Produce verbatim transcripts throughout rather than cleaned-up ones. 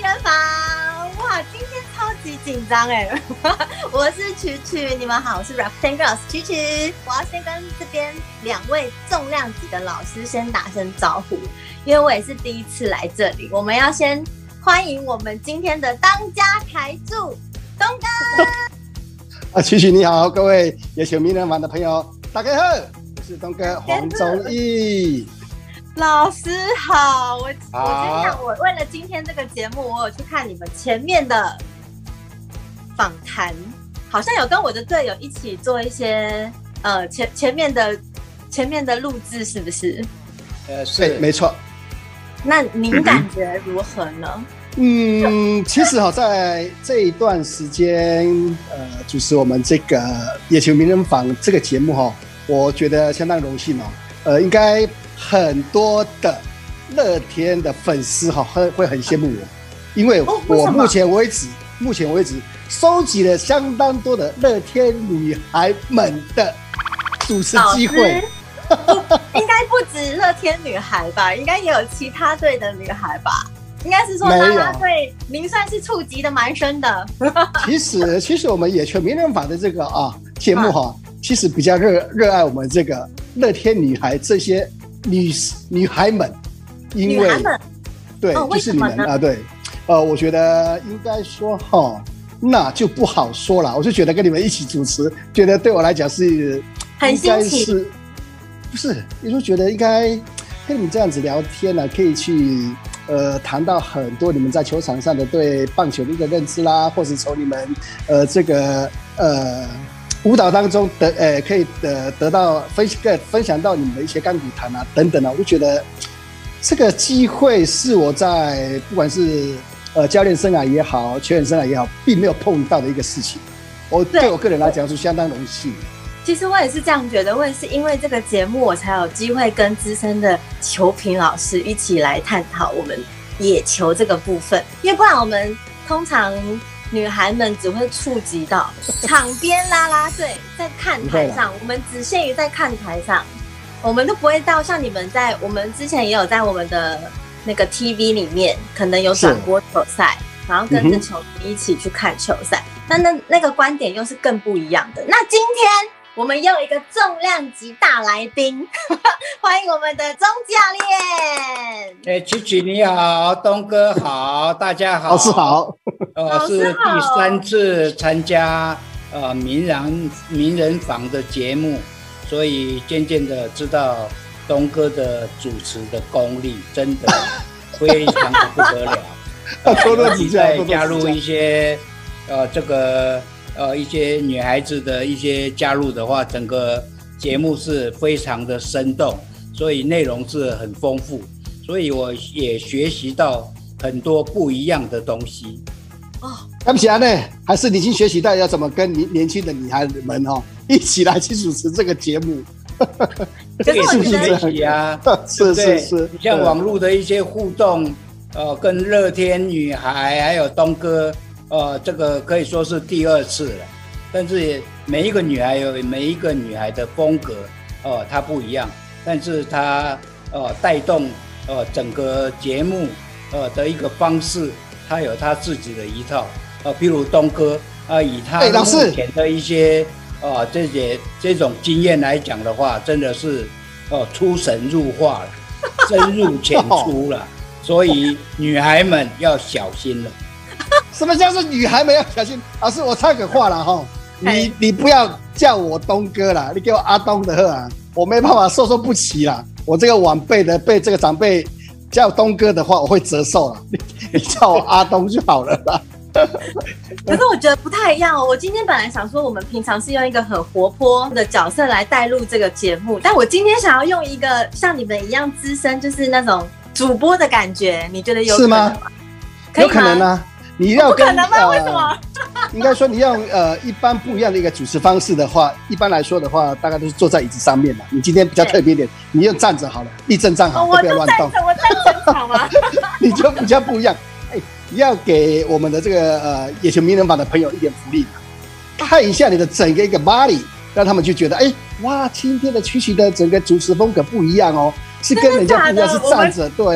人房，哇，今天超级紧张哎！我是曲曲，你们好，我是 Rakuten Girls 曲曲。我要先跟这边两位重量级的老师先打声招呼，因为我也是第一次来这里。我们要先欢迎我们今天的当家台柱东哥。 啊，曲曲你好，各位野球名人房的朋友，大家好，我是东哥黄忠义。 老师好，我我先讲，我为了今天这个节目，我有去看你们前面的访谈，好像有跟我的队友一起做一些呃前前面的前面的录制，是不是？ 呃，是，没错。 那您感觉如何呢？ 嗯，其实哈，在这一段时间，呃，就是我们这个野球名人房这个节目哈，我觉得相当荣幸哦。呃，应该很多的乐天的粉丝哈，会会很羡慕我，因为我目前为止，目前为止收集了相当多的乐天女孩们的主持机会。 应该不止乐天女孩吧？应该也有其他队的女孩吧？应该是说啦啦队，您算是触及的蛮深的。 其实，其实我们野球名人房的这个啊节目哈、啊，其实比较热热爱我们这个乐天女孩这些女女孩们，因为对、哦，就是你们啊，对，呃，我觉得应该说哈，那就不好说了。我就觉得跟你们一起主持，觉得对我来讲是很新奇。 不是，你就觉得应该跟你们这样子聊天呢、啊，可以去呃谈到很多你们在球场上的对棒球的一个认知啦，或是从你们呃这个呃舞蹈当中得呃可以得得到分分享到你们的一些甘苦谈啊等等啊，我就觉得这个机会是我在不管是呃教练生涯也好，球员生涯也好，并没有碰到的一个事情。我对我个人来讲是相当荣幸。 其实我也是这样觉得，我也是因为这个节目，我才有机会跟资深的球评老师一起来探讨我们野球这个部分。因为不然我们通常女孩们只会触及到场边啦啦队，在看台上，我们只限于在看台上，我们都不会到像你们在我们之前也有在我们的那个 T V 里面，可能有转播球赛，然后跟着球迷一起去看球赛，那那那个观点又是更不一样的。那今天我们又有一个重量级大来宾，欢迎我们的钟教练。 哎，曲曲你好，东哥好，大家好， 老师好。 呃，是第三次参加呃名人名人坊的节目，所以渐渐的知道东哥的主持的功力真的非常的不得了。 多多指教， 再加入一些呃这个。呃，一些女孩子的一些加入的话，整个节目是非常的生动，所以内容是很丰富，所以我也学习到很多不一样的东西。 哦，看不起来呢，还是你已经学习到要怎么跟年年轻的女孩们哦一起来去主持这个节目。 这也是学习啊， 是是是， 像网络的一些互动，呃，跟乐天女孩还有东哥。呃，这个可以说是第二次了，但是每一个女孩有每一个女孩的风格，哦、呃，她不一样，但是她呃带动呃整个节目呃的一个方式，她有她自己的一套，呃，譬如东哥啊、呃，以他目前的一些啊、呃、这些这种经验来讲的话，真的是哦、呃、出神入化了，深入浅出了，所以女孩们要小心了。 什么叫做女孩们要小心？老师，我插个话了哈，你你不要叫我东哥啦，你给我阿东的啊，我没办法授受不起啦。我这个晚辈的被这个长辈叫东哥的话，我会折寿啦。你你叫我阿东就好了啦。 可是我觉得不太一样哦。我今天本来想说，我们平常是用一个很活泼的角色来带入这个节目，但我今天想要用一个像你们一样资深，就是那种主播的感觉。你觉得有可能吗？ 是吗？可以吗？有可能啊。你要跟不可能吗？呃、为什么？ 应该说你要呃一般不一样的一个主持方式的话，一般来说的话，大概都是坐在椅子上面的。你今天比较特别一点，你用站着好了，立正站好， 哦、 不要乱动。 我站着好吗？ 你就比较不一样。哎，要给我们的这个呃野球名人坊的朋友一点福利，看一下你的整个一个 body， 让他们就觉得哎哇，今天的曲曲的整个主持风格不一样哦，是跟人家不一样，是站着，对啊。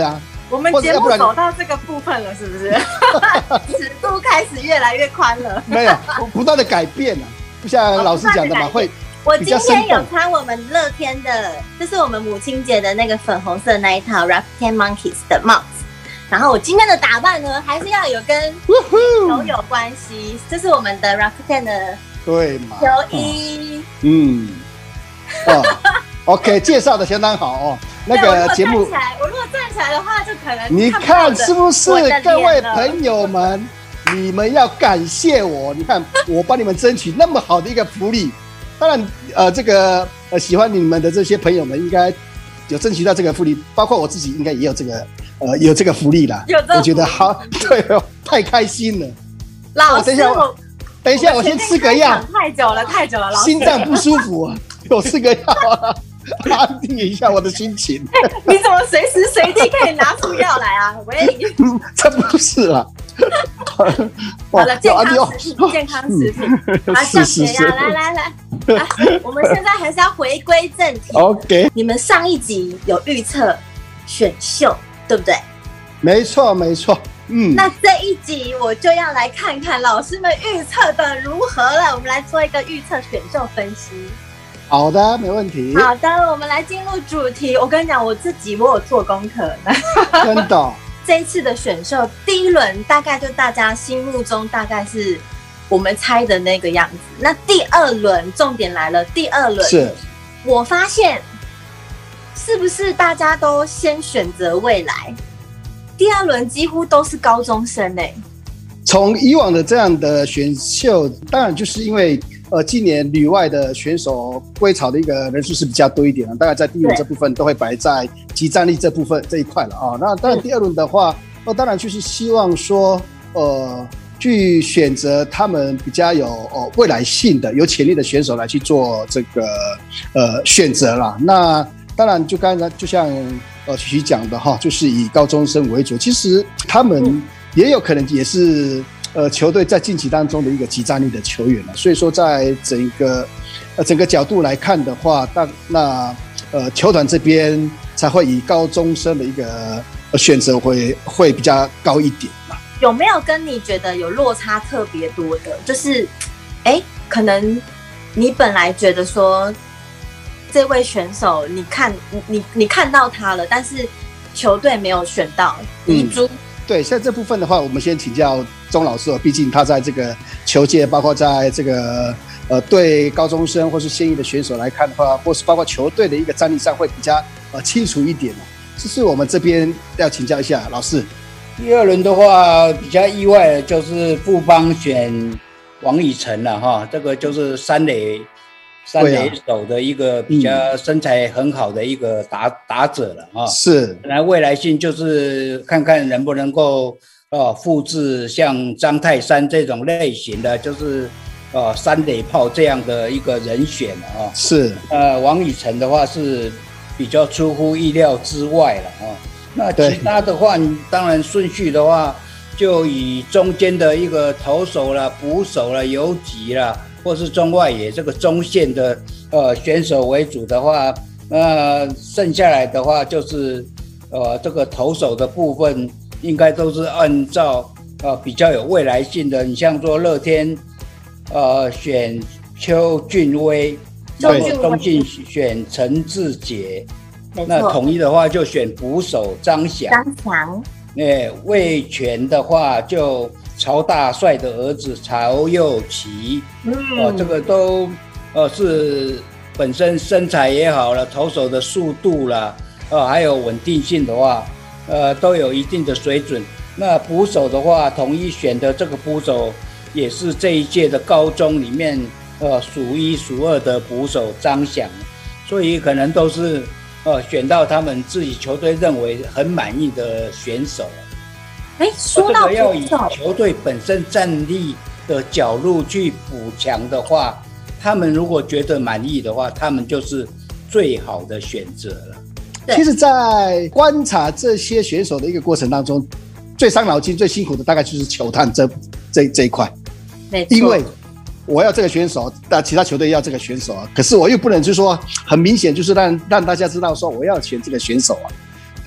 我们节目走到这个部分了，是不是？尺度开始越来越宽了。 没有，不断的改变啊，不像老师讲的嘛，会。 我今天有穿我们乐天的，这是我们母亲节的那个粉红色那一套 Rakuten Monkeys 的帽子。然后我今天的打扮呢，还是要有跟球有关系。这是我们的 Rakuten 的对嘛球衣。 嗯，哦 ，OK， 介绍的相当好哦。那个节目， 我如果站起来的话，就可能你看是不是，各位朋友们，你们要感谢我。你看，我帮你们争取那么好的一个福利。当然，呃，这个呃，喜欢你们的这些朋友们，应该有争取到这个福利，包括我自己，应该也有这个，呃，有这个福利啦。 有这， 我觉得好，对哦，太开心了。 老师， 我等一下，我先吃个药。 太久了，太久了，老师。 心脏不舒服，我吃个药啊，安定一下我的心情。 你怎么随时随地可以拿出药来啊？喂， 这不是啦。 好了，健康食品，健康食品，啊，降血压，来来来，啊，我们现在还是要回归正题。 OK， 你们上一集有预测选秀，对不对？ 没错，没错。嗯， 那这一集我就要来看看老师们预测的如何了。我们来做一个预测选秀分析。 好的，没问题。 好的，我们来进入主题。我跟你讲，我自己我有做功课的， 真的。 这一次的选秀第一轮大概就大家心目中大概是我们猜的那个样子。那第二轮重点来了，第二轮是我发现是不是大家都先选择未来？第二轮几乎都是高中生哎、欸。 从以往的这样的选秀，当然就是因为呃今年旅外的选手归巢的一个人数是比较多一点的，大概在第一轮这部分都会摆在即战力这部分这一块了啊。那当然第二轮的话，呃当然就是希望说呃去选择他们比较有呃未来性的、有潜力的选手来去做这个呃选择啦。那当然就刚才就像呃曲曲讲的哈，就是以高中生为主，其实他们、嗯。也有可能也是呃球队在近期当中的一个即战力的球员了，所以说在整个呃整个角度来看的话，那那呃球团这边才会以高中生的一个选择会会比较高一点嘛。 有没有跟你觉得有落差特别多的？就是哎，可能你本来觉得说这位选手，你看你你你看到他了，但是球队没有选到遗珠。嗯对，像这部分的话，我们先请教钟老师，毕竟他在这个球界，包括在这个呃对高中生或是现役的选手来看的话，或是包括球队的一个战力上会比较呃清楚一点。这是我们这边要请教一下老师。 第二轮的话，比较意外的就是富邦选王以诚了哈，这个就是三垒。三垒手的一个比较身材很好的一个打、嗯、打者了啊， 是， 本来未来性就是看看能不能够呃复制像张泰山这种类型的，就是呃三垒炮这样的一个人选啊， 是， 呃王以诚的话是比较出乎意料之外了啊，那其他的话，你当然顺序的话，就以中间的一个投手啦、捕手啦、游击啦。或是中外野这个中线的呃选手为主的话，那剩下来的话就是呃这个投手的部分应该都是按照呃比较有未来性的，你像说乐天呃选邱俊威，然后中信选陈志杰，那统一的话就选捕手张翔， 张翔， 哎，味全的话就。曹大帅的儿子曹佑齐，嗯，哦，这个都，呃，是本身身材也好了，投手的速度啦，呃，还有稳定性的话，呃，都有一定的水准。那捕手的话，统一选的这个捕手也是这一届的高中里面，呃，数一数二的捕手张翔，所以可能都是，呃，选到他们自己球队认为很满意的选手。 哎，说到这个要以球队本身战力的角度去补强的话，他们如果觉得满意的话，他们就是最好的选择了。 其实，在观察这些选手的一个过程当中，最伤脑筋、最辛苦的大概就是球探这这这一块。 没错， 因为我要这个选手，但其他球队要这个选手啊，可是我又不能就是说很明显，就是让让大家知道说我要选这个选手啊。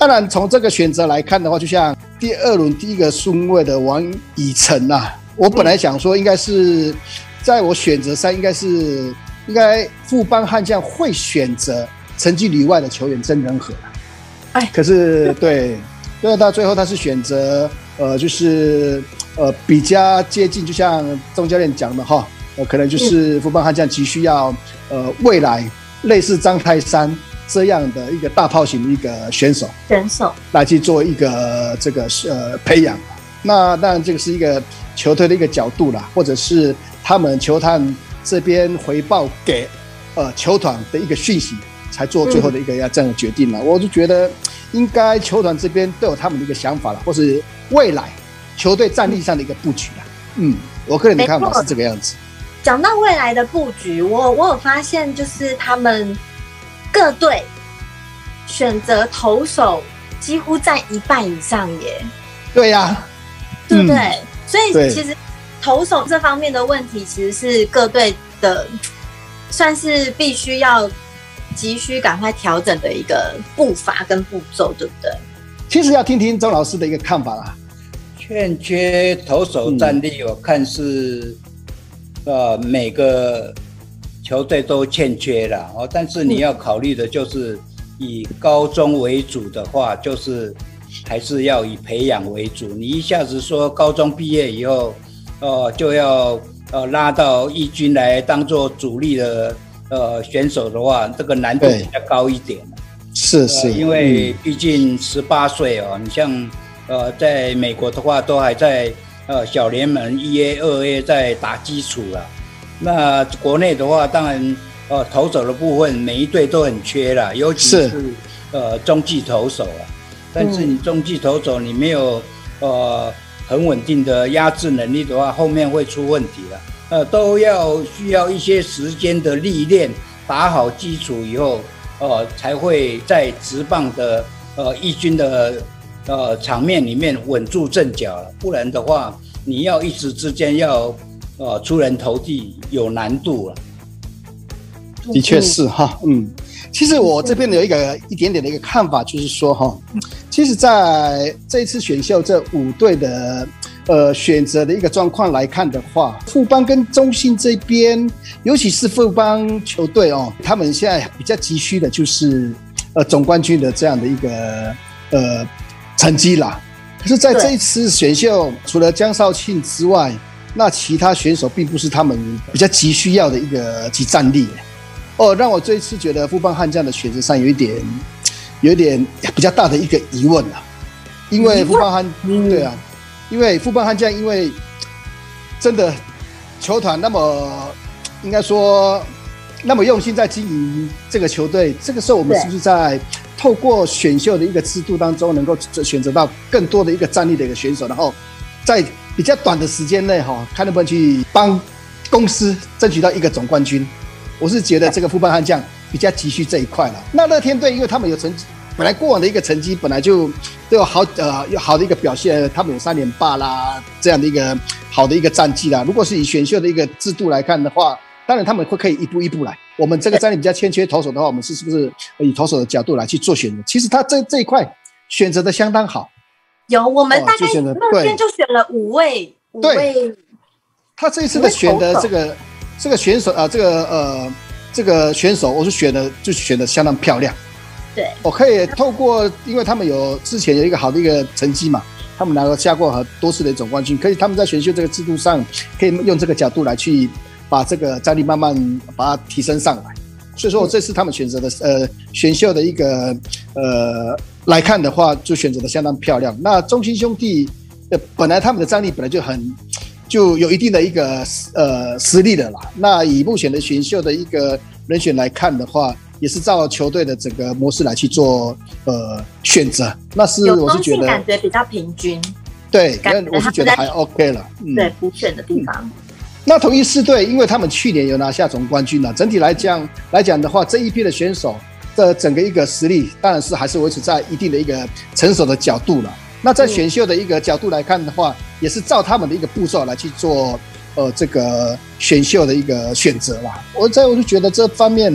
当然从这个选择来看的话，就像第二轮第一个顺位的王以诚啊，我本来想说应该是在我选择上应该是应该富邦悍将会选择成绩里外的球员曾仁和，哎，可是对，对，到最后他是选择呃，就是呃比较接近，就像钟教练讲的哈，呃，可能就是富邦悍将急需要呃未来类似张泰山这样的一个大炮型的一个选手， 选手来去做一个这个呃培养。那当然这个是一个球队的一个角度啦，或者是他们球探这边回报给呃球团的一个讯息，才做最后的一个要这样的决定了。嗯、我就觉得应该球团这边都有他们的一个想法了，或是未来球队战力上的一个布局了。嗯，我个人的看法是这个样子。 讲到未来的布局，我我有发现，就是他们各队选择投手几乎占一半以上耶。 对呀、啊， 对不对？嗯、所以其实投手这方面的问题，其实是各队的算是必须要急需赶快调整的一个步伐跟步骤，对不对？ 其实要听听钟老师的一个看法啦。 欠缺投手战力，我看是、嗯、呃每个球队都欠缺啦哦，但是你要考虑的就是以高中为主的话，就是还是要以培养为主。你一下子说高中毕业以后，呃就要呃拉到一军来当做主力的呃选手的话，这个难度比较高一点。 是是、呃， 因为毕竟十八岁哦，你像呃在美国的话，都还在呃小联盟一 A、二 A 在打基础啦。那国内的话，当然呃投手的部分每一队都很缺啦，尤其是呃中继投手啊。但是你中继投手你没有呃很稳定的压制能力的话，后面会出问题了。呃，都要需要一些时间的历练，打好基础以后。呃，才会在职棒的呃一军的呃场面里面稳住阵脚了，不然的话，你要一时之间要呃出人头地有难度了。 的确是哈，嗯，其实我这边有一个一点点的一个看法，就是说哈，其实在这一次选秀这五队的。呃，选择的一个状况来看的话，富邦跟中信这边，尤其是富邦球队哦，他们现在比较急需的就是呃总冠军的这样的一个呃成绩啦。可是，在这一次选秀，除了江少庆之外，那其他选手并不是他们比较急需要的一个即战力。哦，让我这一次觉得富邦悍将的选择上有一点，有一点比较大的一个疑问啦，因为富邦悍，对啊。因为富邦悍将，因为真的球团那么应该说那么用心在经营这个球队，这个时候我们是不是在透过选秀的一个制度当中，能够选择到更多的一个战力的一个选手，然后在比较短的时间内哈，看能不能去帮公司争取到一个总冠军？我是觉得这个富邦悍将比较急需这一块了。那乐天队，因为他们有成绩。本来过往的一个成绩本来就都有好呃有好的一个表现，他们有三连霸啦这样的一个好的一个战绩啦。如果是以选秀的一个制度来看的话，当然他们会可以一步一步来。我们这个战力比较欠缺投手的话，我们是是不是以投手的角度来去做选择？其实他这这一块选择的相当好。 有我们大概那天就选了五位，五位。 他这一次的选的这个这个选手啊、呃，这个呃这个选手，我是选的就选的相当漂亮。 对， 我可以透过，因为他们有之前有一个好的一个成绩嘛，他们拿过下过很多次的总冠军，可以他们在选秀这个制度上，可以用这个角度来去把这个战力慢慢把它提升上来。所以说我这次他们选择的呃选秀的一个呃来看的话，就选择的相当漂亮。那中信兄弟呃本来他们的战力本来就很就有一定的一个呃实力的啦。那以目前的选秀的一个人选来看的话。也是照球队的整个模式来去做呃选择，那是我是觉得感觉比较平均， 对，我是觉得还 OK 了。 嗯、对，补选的地方。嗯、 那统一狮队，因为他们去年有拿下总冠军了，整体来讲来讲的话，这一批的选手的整个一个实力，当然是还是维持在一定的一个成熟的角度了。那在选秀的一个角度来看的话，嗯、也是照他们的一个步骤来去做呃这个选秀的一个选择啦。我在我就觉得这方面。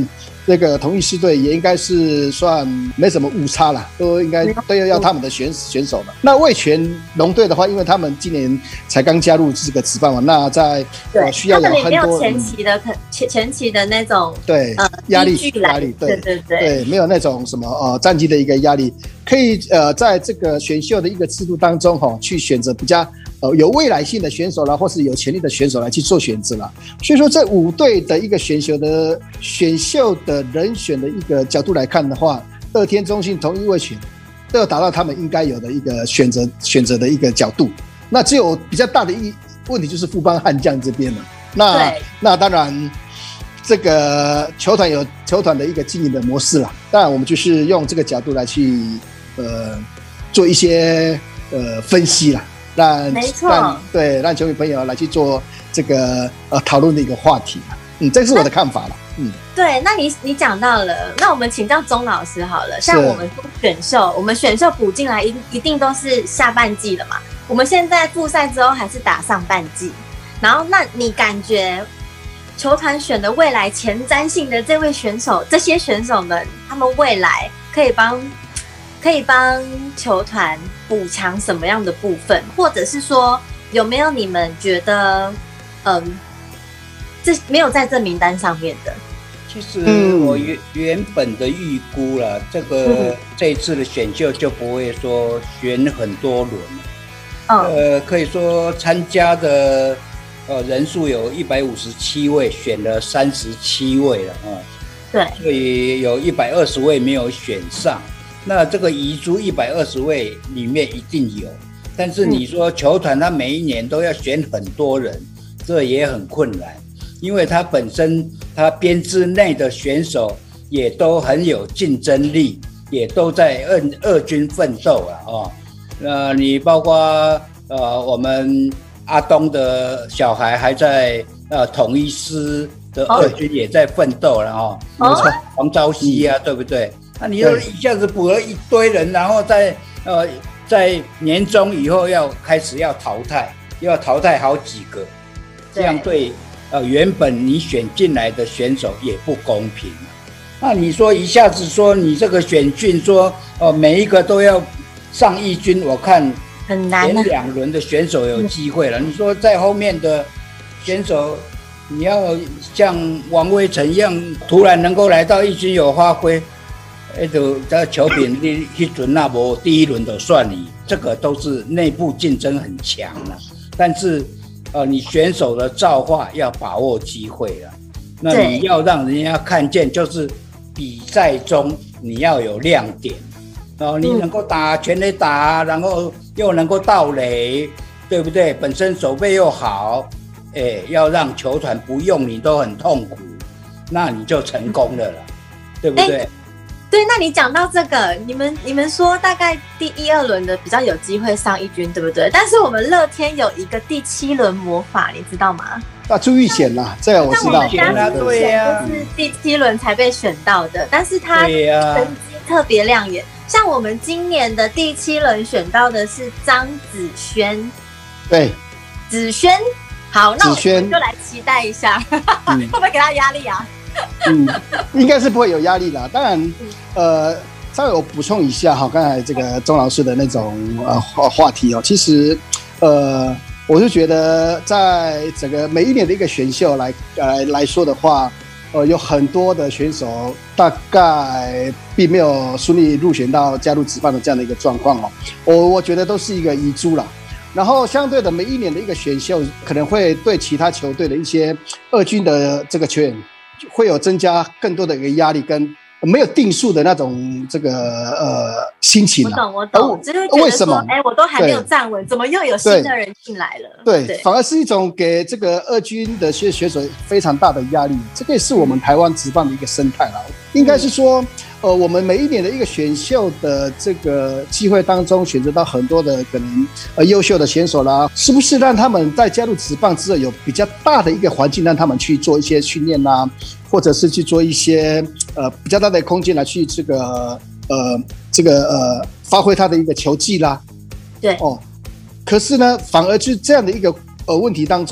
这个同一师队也应该是算没什么误差啦，都应该都要要他们的选选手了。那味全龙队的话，因为他们今年才刚加入这个职棒嘛，那在呃需要有很多他们也没有前期的前前期的那种对呃压力压力， 对对对对，没有那种什么呃战绩的一个压力，可以呃在这个选秀的一个制度当中哈、哦，去选择比较。呃，有未来性的选手啦，或是有潜力的选手来去做选择啦。所以说，这五队的一个选秀的选秀的人选的一个角度来看的话，乐天、中信、统一、味全都有达到他们应该有的一个选择选择的一个角度。那只有比较大的一问题就是富邦悍将这边了。那那当然，这个球团有球团的一个经营的模式啦。当然，我们就是用这个角度来去呃做一些呃分析啦。让没错， 让对让球迷朋友来去做这个呃讨论的一个话题，嗯，这是我的看法了，嗯， 对，那你你讲到了，那我们请教钟老师好了，像我们选秀，我们选秀补进来一一定都是下半季了嘛，我们现在复赛之后还是打上半季，然后那你感觉球团选的未来前瞻性的这位选手，这些选手们，他们未来可以帮可以帮球团补强什么样的部分，或者是说有没有你们觉得嗯这没有在这名单上面的？ 其实我原原本的预估啦，这个、嗯、这一次的选秀就不会说选很多轮，嗯、呃，可以说参加的呃人数有一百五十七位，选了三十七位了啊， 对， 所以有一百二十位没有选上。那这个遗珠一百二十位里面一定有，但是你说球团他每一年都要选很多人，这也很困难，因为他本身他编制内的选手也都很有竞争力，也都在二二军奋斗啊哦。呃，你包括呃我们阿东的小孩还在呃统一师的二军也在奋斗了哦，没错，黄昭熙啊，对不对？那你就一下子补了一堆人，然后在呃在年终以后要开始要淘汰，又要淘汰好几个，这样对呃原本你选进来的选手也不公平。那你说一下子说你这个选训说哦、呃、每一个都要上一军，我看很难， 前两轮的选手有机会了。你说在后面的选手，你要像王威成一样，突然能够来到一军有发挥。哎，就这球评你迄阵那无第一轮就算你，这个都是内部竞争很强了。但是，呃，你选手的造化要把握机会了。那你要让人家看见，就是比赛中你要有亮点，然后你能够打全垒打，然后又能够盗垒，对不对？本身手背又好，哎，要让球团不用你都很痛苦，那你就成功了了，对不对？ 对，那你讲到这个，你们你们说大概第一二轮的比较有机会上一军，对不对？但是我们乐天有一个第七轮魔法，你知道吗？ 啊，朱玉贤啦，这个我知道。 我们家对呀，就是第七轮才被选到的，但是他成绩特别亮眼。像我们今年的第七轮选到的是张子萱， 对， 子萱。好，那我们就来期待一下，嗯、会不会给他压力啊？ 嗯，应该是不会有压力啦。当然，呃，稍微我补充一下哈，刚才这个钟老师的那种呃话题哦，其实，呃，我是觉得在整个每一年的一个选秀来呃来说的话，呃，有很多的选手大概并没有顺利入选到加入职棒的这样的一个状况哦，我我觉得都是一个遗珠啦。然后相对的，每一年的一个选秀可能会对其他球队的一些二军的这个球员。会有增加更多的一个压力，跟没有定数的那种这个呃心情、啊。 我懂，我懂，就是觉得说，为什么？哎，我都还没有站稳，怎么又有新的人进来了？ 对，对，反而是一种给这个二军的些选手非常大的压力。这个也是我们台湾职棒的一个生态啦。应该是说，呃，我们每一年的一个选秀的这个机会当中，选择到很多的可能呃优秀的选手啦，是不是让他们在加入职棒之后有比较大的一个环境，让他们去做一些训练啦，或者是去做一些呃比较大的空间来去这个呃这个呃发挥他的一个球技啦。 对哦， 可是呢，反而就这样的一个呃问题当中，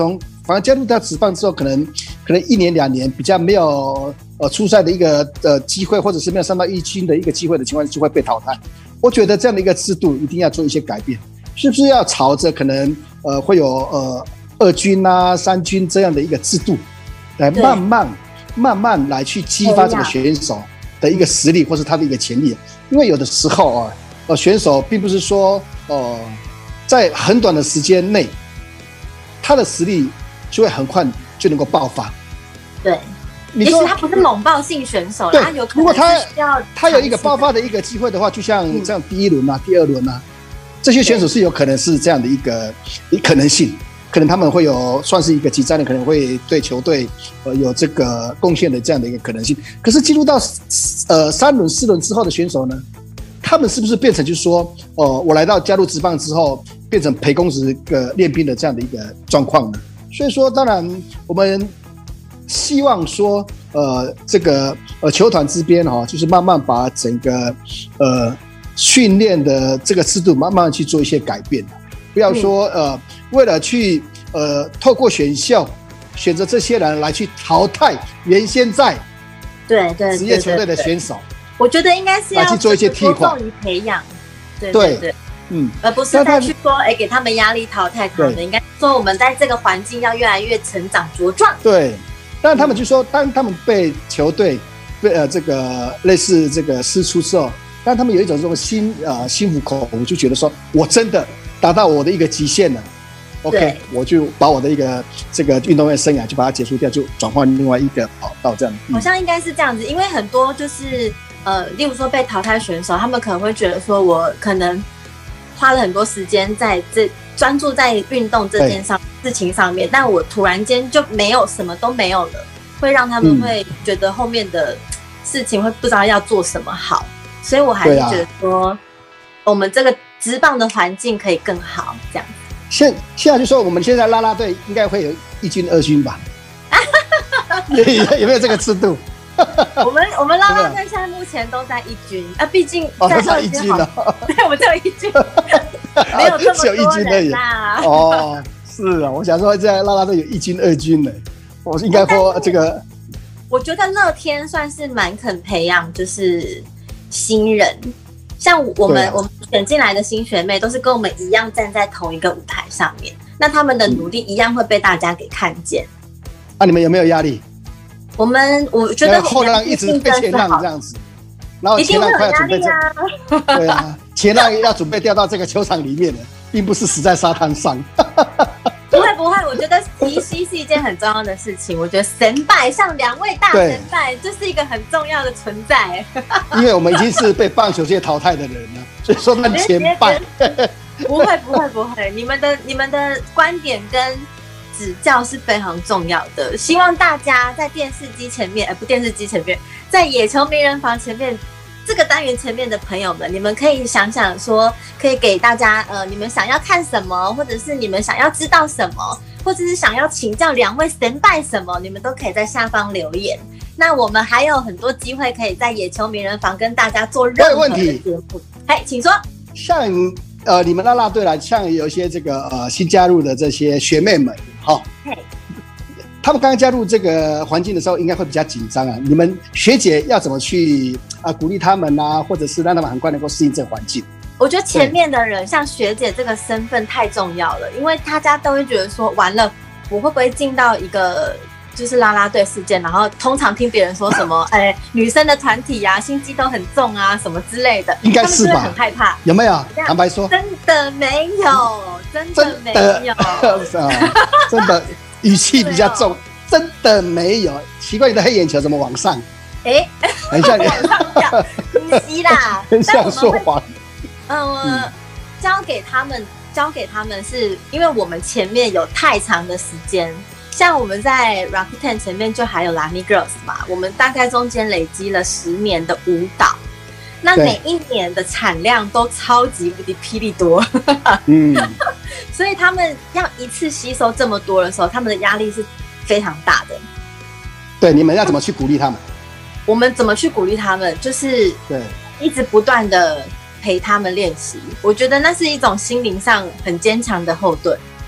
反而加入到职棒之后，可能可能一年两年比较没有呃出赛的一个呃机会，或者是没有上到一军的一个机会的情况下，就会被淘汰。我觉得这样的一个制度一定要做一些改变，是不是要朝着可能呃会有呃二军啊、三军这样的一个制度，来慢慢慢慢来去激发这个选手的一个实力，或是他的一个潜力。因为有的时候啊，呃选手并不是说呃在很短的时间内，他的实力就会很快就能够爆发。 对，也许他不是猛爆性选手，他有可能如果他要他有一个爆发的一个机会的话，就像这样第一轮啊、第二轮啊，这些选手是有可能是这样的一个可能性，可能他们会有算是一个集战的，可能会对球队呃有这个贡献的这样的一个可能性。可是进入到呃三轮、四轮之后的选手呢，他们是不是变成就是说，哦、呃，我来到加入职棒之后，变成陪公子个练兵的这样的一个状况呢？所以说，当然我们希望说，呃，这个呃球团这边哈、哦，就是慢慢把整个呃训练的这个制度慢慢去做一些改变，不要说、嗯、呃为了去呃透过选秀选择这些人来去淘汰原先在对对职业球队的选手。 我觉得应该是要去做一些替换， 多重于培养，对对对, 对， 嗯， 而不是再去说，哎，给他们压力淘汰他们。应该说，我们在这个环境要越来越成长茁壮。 对，但他们就说，当他们被球队被呃这个类似这个释出之后，但他们有一种这种心呃心服口服，就觉得说我真的达到我的一个极限了。OK， 我就把我的一个这个运动员生涯就把它结束掉，就转换另外一个跑道这样、 嗯。好像应该是这样子，因为很多就是呃，例如说被淘汰选手，他们可能会觉得说，我可能花了很多时间在这专注在运动这件上事情上面，但我突然间就没有什么都没有了，会让他们会觉得后面的事情会不知道要做什么好，所以我还是觉得说，啊、我们这个职棒的环境可以更好，这样。 现现在就说我们现在啦啦队应该会有一军二军吧？有, 有没有这个制度？ 我们我们啦啦队现在目前都在一军啊，毕竟在二军好， 哦、对，我们只有一军，没有这么多人啦。 哦，是啊，我想说在啦啦队有一军二军呢，我应该说这个。 我觉得乐天算是蛮肯培养，就是新人。像我们、啊、我们选进来的新学妹都是跟我们一样站在同一个舞台上面，那他们的努力一样会被大家给看见。 嗯、啊，你们有没有压力？ 我们我觉得后浪一直被前浪这样子，然后前浪快要准备啊， 对啊，前浪要准备掉到这个球场里面了，并不是死在沙滩上。 不会不会，我觉得提膝是一件很重要的事情。我觉得神拜像两位大神拜，这是一个很重要的存在。 因为我们已经是被棒球界淘汰的人了，所以说那前拜。 不会不会不会，你们的你们的观点跟指教是非常重要的。希望大家在电视机前面，呃不，电视机前面，在野球名人房前面。这个单元前面的朋友们，你们可以想想说，可以给大家呃，你们想要看什么，或者是你们想要知道什么，或者是想要请教两位神拜什么，你们都可以在下方留言。那我们还有很多机会可以在野球名人房跟大家做任何的节目。哎，请说。 像呃，你们啦啦队啦，像有一些这个呃新加入的这些学妹们，哈、哦。他们刚刚加入这个环境的时候，应该会比较紧张啊。你们学姐要怎么去啊鼓励他们啊，或者是让他们很快能够适应这个环境？ 我觉得前面的人像学姐这个身份太重要了，因为大家都会觉得说，完了，我会不会进到一个就是啦啦队事件？然后通常听别人说什么，哎，女生的团体啊，心机都很重啊，什么之类的， 应该是吧？ 很害怕， 有没有？坦白说， 真的没有，真的没有， 真的。语气比较重、哦，真的没有。奇怪，你的黑眼球怎么往上？ 哎、欸， 很像你， 往上跳，不是啦， 很像说谎。 呃、嗯，交给他们，交给他们是因为我们前面有太长的时间，像我们在 Rakuten 前面就还有 Lamy Girls 嘛，我们大概中间累积了十年的舞蹈。那每一年的产量都超级无敌霹雳多，嗯，所以他们要一次吸收这么多的时候，他们的压力是非常大的。 对，你们要怎么去鼓励他们？ 我们怎么去鼓励他们？就是对，一直不断的陪他们练习。我觉得那是一种心灵上很坚强的后盾。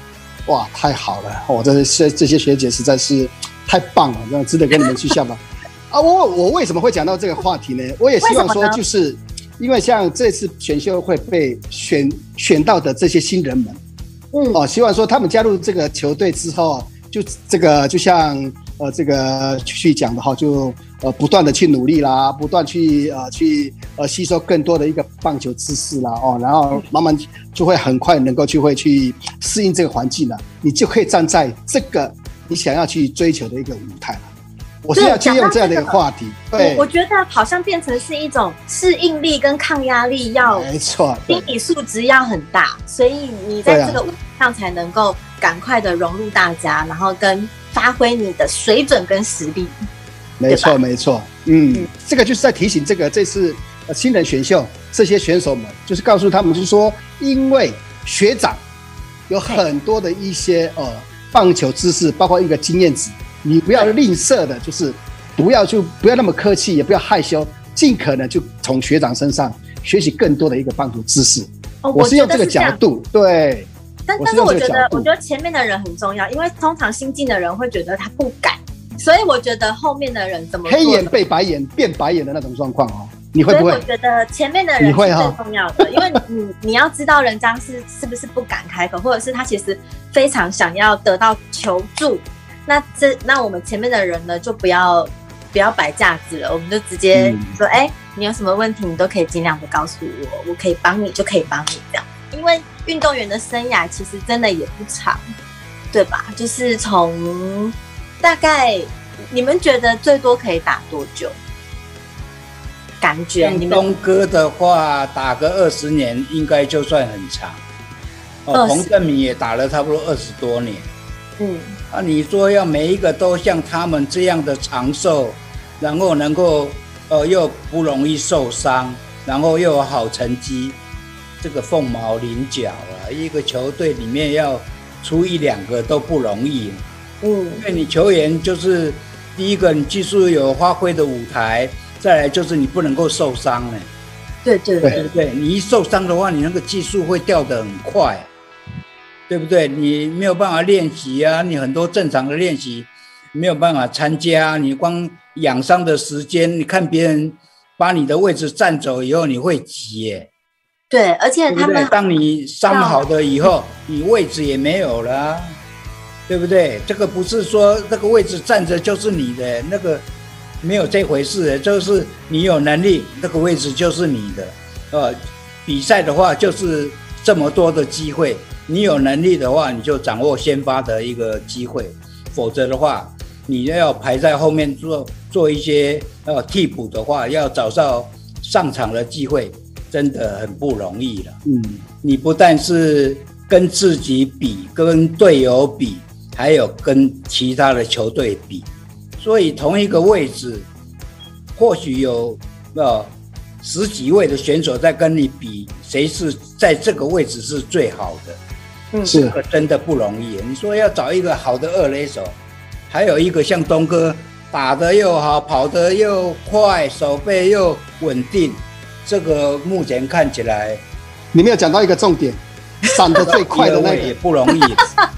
哇，太好了！我、哦、这些这些学姐实在是太棒了，那值得跟你们去效仿。啊，我我为什么会讲到这个话题呢？我也希望说，就是因为像这次选秀会被选选到的这些新人们，嗯，哦，希望说他们加入这个球队之后，就这个就像呃这个去讲的哈，就呃不断的去努力啦，不断去呃去呃吸收更多的一个棒球知识啦，哦，然后慢慢就会很快能够去会去适应这个环境了，你就可以站在这个你想要去追求的一个舞台了。我是要去用这样的一个话题， 对，我觉得好像变成是一种适应力跟抗压力要， 没错， 心理素质要很大，所以你在这个舞台上才能够赶快的融入大家，然后跟发挥你的水准跟实力。 没错，没错，嗯，嗯这个就是在提醒这个这次呃新人选秀这些选手们，就是告诉他们，就是说，因为学长有很多的一些呃棒球知识，包括一个经验值。你不要吝啬的，就是不要就不要那么客气，也不要害羞，尽可能就从学长身上学习更多的一个棒球知识。 哦、 我是用这个角度，对。 但但是我觉得，我觉得前面的人很重要，因为通常新进的人会觉得他不敢，所以我觉得后面的人怎么做黑眼被白眼变白眼的那种状况哦，你会不会？ 所以我觉得前面的人是最重要的，因为你你要知道人家是是不是不敢开口，或者是他其实非常想要得到求助。那这那我们前面的人呢，就不要不要摆架子了，我们就直接说，哎、嗯欸，你有什么问题，你都可以尽量的告诉我，我可以帮你，就可以帮你这样。因为运动员的生涯其实真的也不长，对吧？就是从大概你们觉得最多可以打多久？感觉你们东哥的话，打个二十年应该就算很长。哦，彭政闵也打了差不多二十多年。嗯。啊，你说要每一个都像他们这样的长寿，然后能够呃又不容易受伤，然后又有好成绩，这个凤毛麟角啊！一个球队里面要出一两个都不容易。嗯，因为你球员就是第一个，你技术有发挥的舞台，再来就是你不能够受伤呢。 对对对对对，你一受伤的话，你那个技术会掉得很快。对不对？你没有办法练习啊，你很多正常的练习没有办法参加，你光养伤的时间，你看别人把你的位置占走以后，你会急耶。 对，而且他们对不对？当你伤好的以后，你位置也没有了、啊，对不对？这个不是说这个位置站着就是你的，那个没有这回事，就是你有能力，那个位置就是你的。呃，比赛的话就是这么多的机会。你有能力的话，你就掌握先发的一个机会，否则的话，你要排在后面做做一些呃替补的话，要找到上场的机会，真的很不容易了。嗯，你不但是跟自己比，跟队友比，还有跟其他的球队比，所以同一个位置，或许有呃十几位的选手在跟你比，谁是在这个位置是最好的。嗯，这个真的不容易。你说要找一个好的二垒手，还有一个像东哥打得又好，跑得又快，手背又稳定，这个目前看起来， 你没有讲到一个重点，闪得最快的那个也不容易。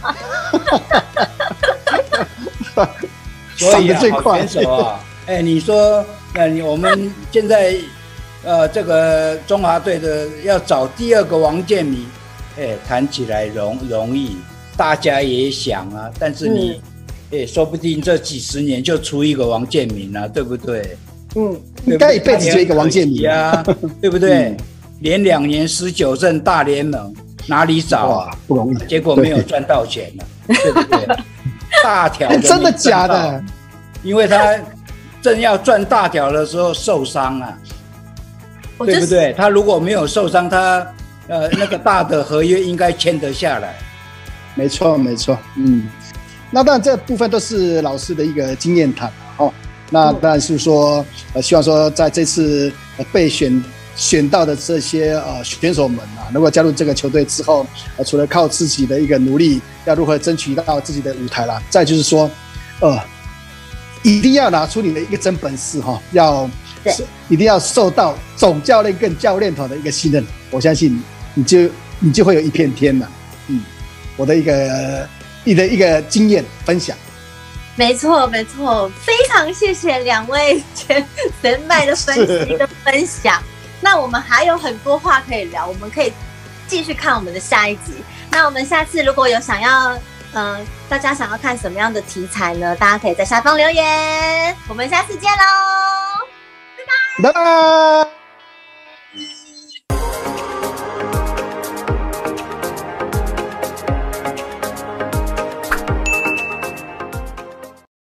所以啊，好选手啊，哎、欸，你说，呃，我们现在呃这个中华队的要找第二个王建民。哎，谈起来容容易，大家也想啊，但是你，哎、嗯，说不定这几十年就出一个王建民啊，对不对？ 嗯，应该一辈子就一个王建民啊，对不对？嗯、连两年十九胜大联盟哪里找啊？ 不容易， 结果没有赚到钱了，对不对？大条的真的假的？ 因为他正要赚大条的时候受伤啊，对不对？他如果没有受伤，他。呃，那个大的合约应该签得下来， 没错没错，嗯，那当然这部分都是老师的一个经验谈哦。那当然是说，呃，希望说在这次、呃、被选选到的这些呃选手们啊，能够加入这个球队之后，呃，除了靠自己的一个努力，要如何争取到自己的舞台啦，再就是说，呃，一定要拿出你的一个真本事哈、哦，要一定要受到总教练跟教练团的一个信任，我相信。你就你就会有一片天了，嗯，我的一个你的一个经验分享。 没错，没错，非常谢谢两位前前辈的分析跟分享。那我们还有很多话可以聊，我们可以继续看我们的下一集。那我们下次如果有想要，嗯、呃，大家想要看什么样的题材呢？大家可以在下方留言。我们下次见喽，拜拜， 拜拜。